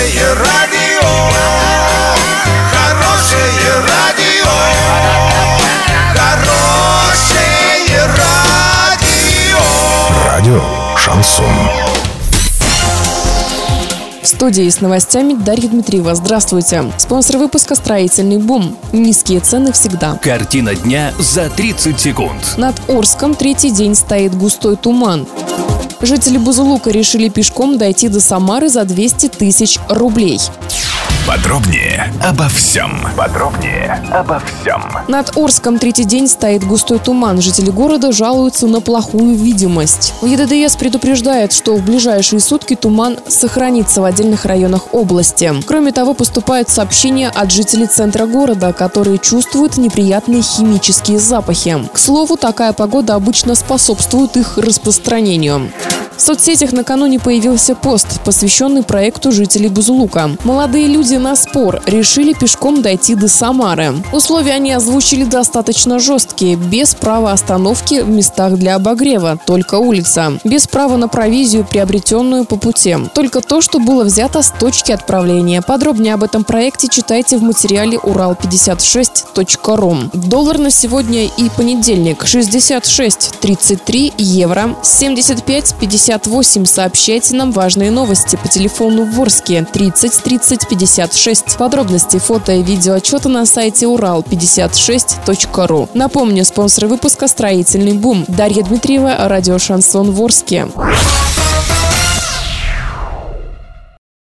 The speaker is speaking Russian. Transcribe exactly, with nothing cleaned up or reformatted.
Хорошее радио, хорошее радио, хорошее радио. Радио Шансон. В студии с новостями Дарья Дмитриева. Здравствуйте. Спонсор выпуска «Строительный бум». Низкие цены всегда. Картина дня за тридцать секунд. Над Орском третий день стоит густой туман. Жители Бузулука решили пешком дойти до Самары за двести тысяч рублей. Подробнее обо всем. Подробнее обо всем. Над Орском третий день стоит густой туман. Жители города жалуются на плохую видимость. В ЕДДС предупреждает, что в ближайшие сутки туман сохранится в отдельных районах области. Кроме того, поступают сообщения от жителей центра города, которые чувствуют неприятные химические запахи. К слову, такая погода обычно способствует их распространению. В соцсетях накануне появился пост, посвященный проекту жителей Бузулука. Молодые люди на спор решили пешком дойти до Самары. Условия они озвучили достаточно жесткие, без права остановки в местах для обогрева, только улица. Без права на провизию, приобретенную по пути. Только то, что было взято с точки отправления. Подробнее об этом проекте читайте в материале урал пятьдесят шесть точка ру. Доллар на сегодня и понедельник шестьдесят шесть тридцать три, евро семьдесят пять пятьдесят восемь. Сообщайте нам важные новости по телефону в Орске тридцать тридцать пятьдесят шесть. Подробности, фото и видеоотчеты на сайте урал пятьдесят шесть точка ру. Напомню, спонсор выпуска «Строительный бум». Дарья Дмитриева, радио Шансон в Орске.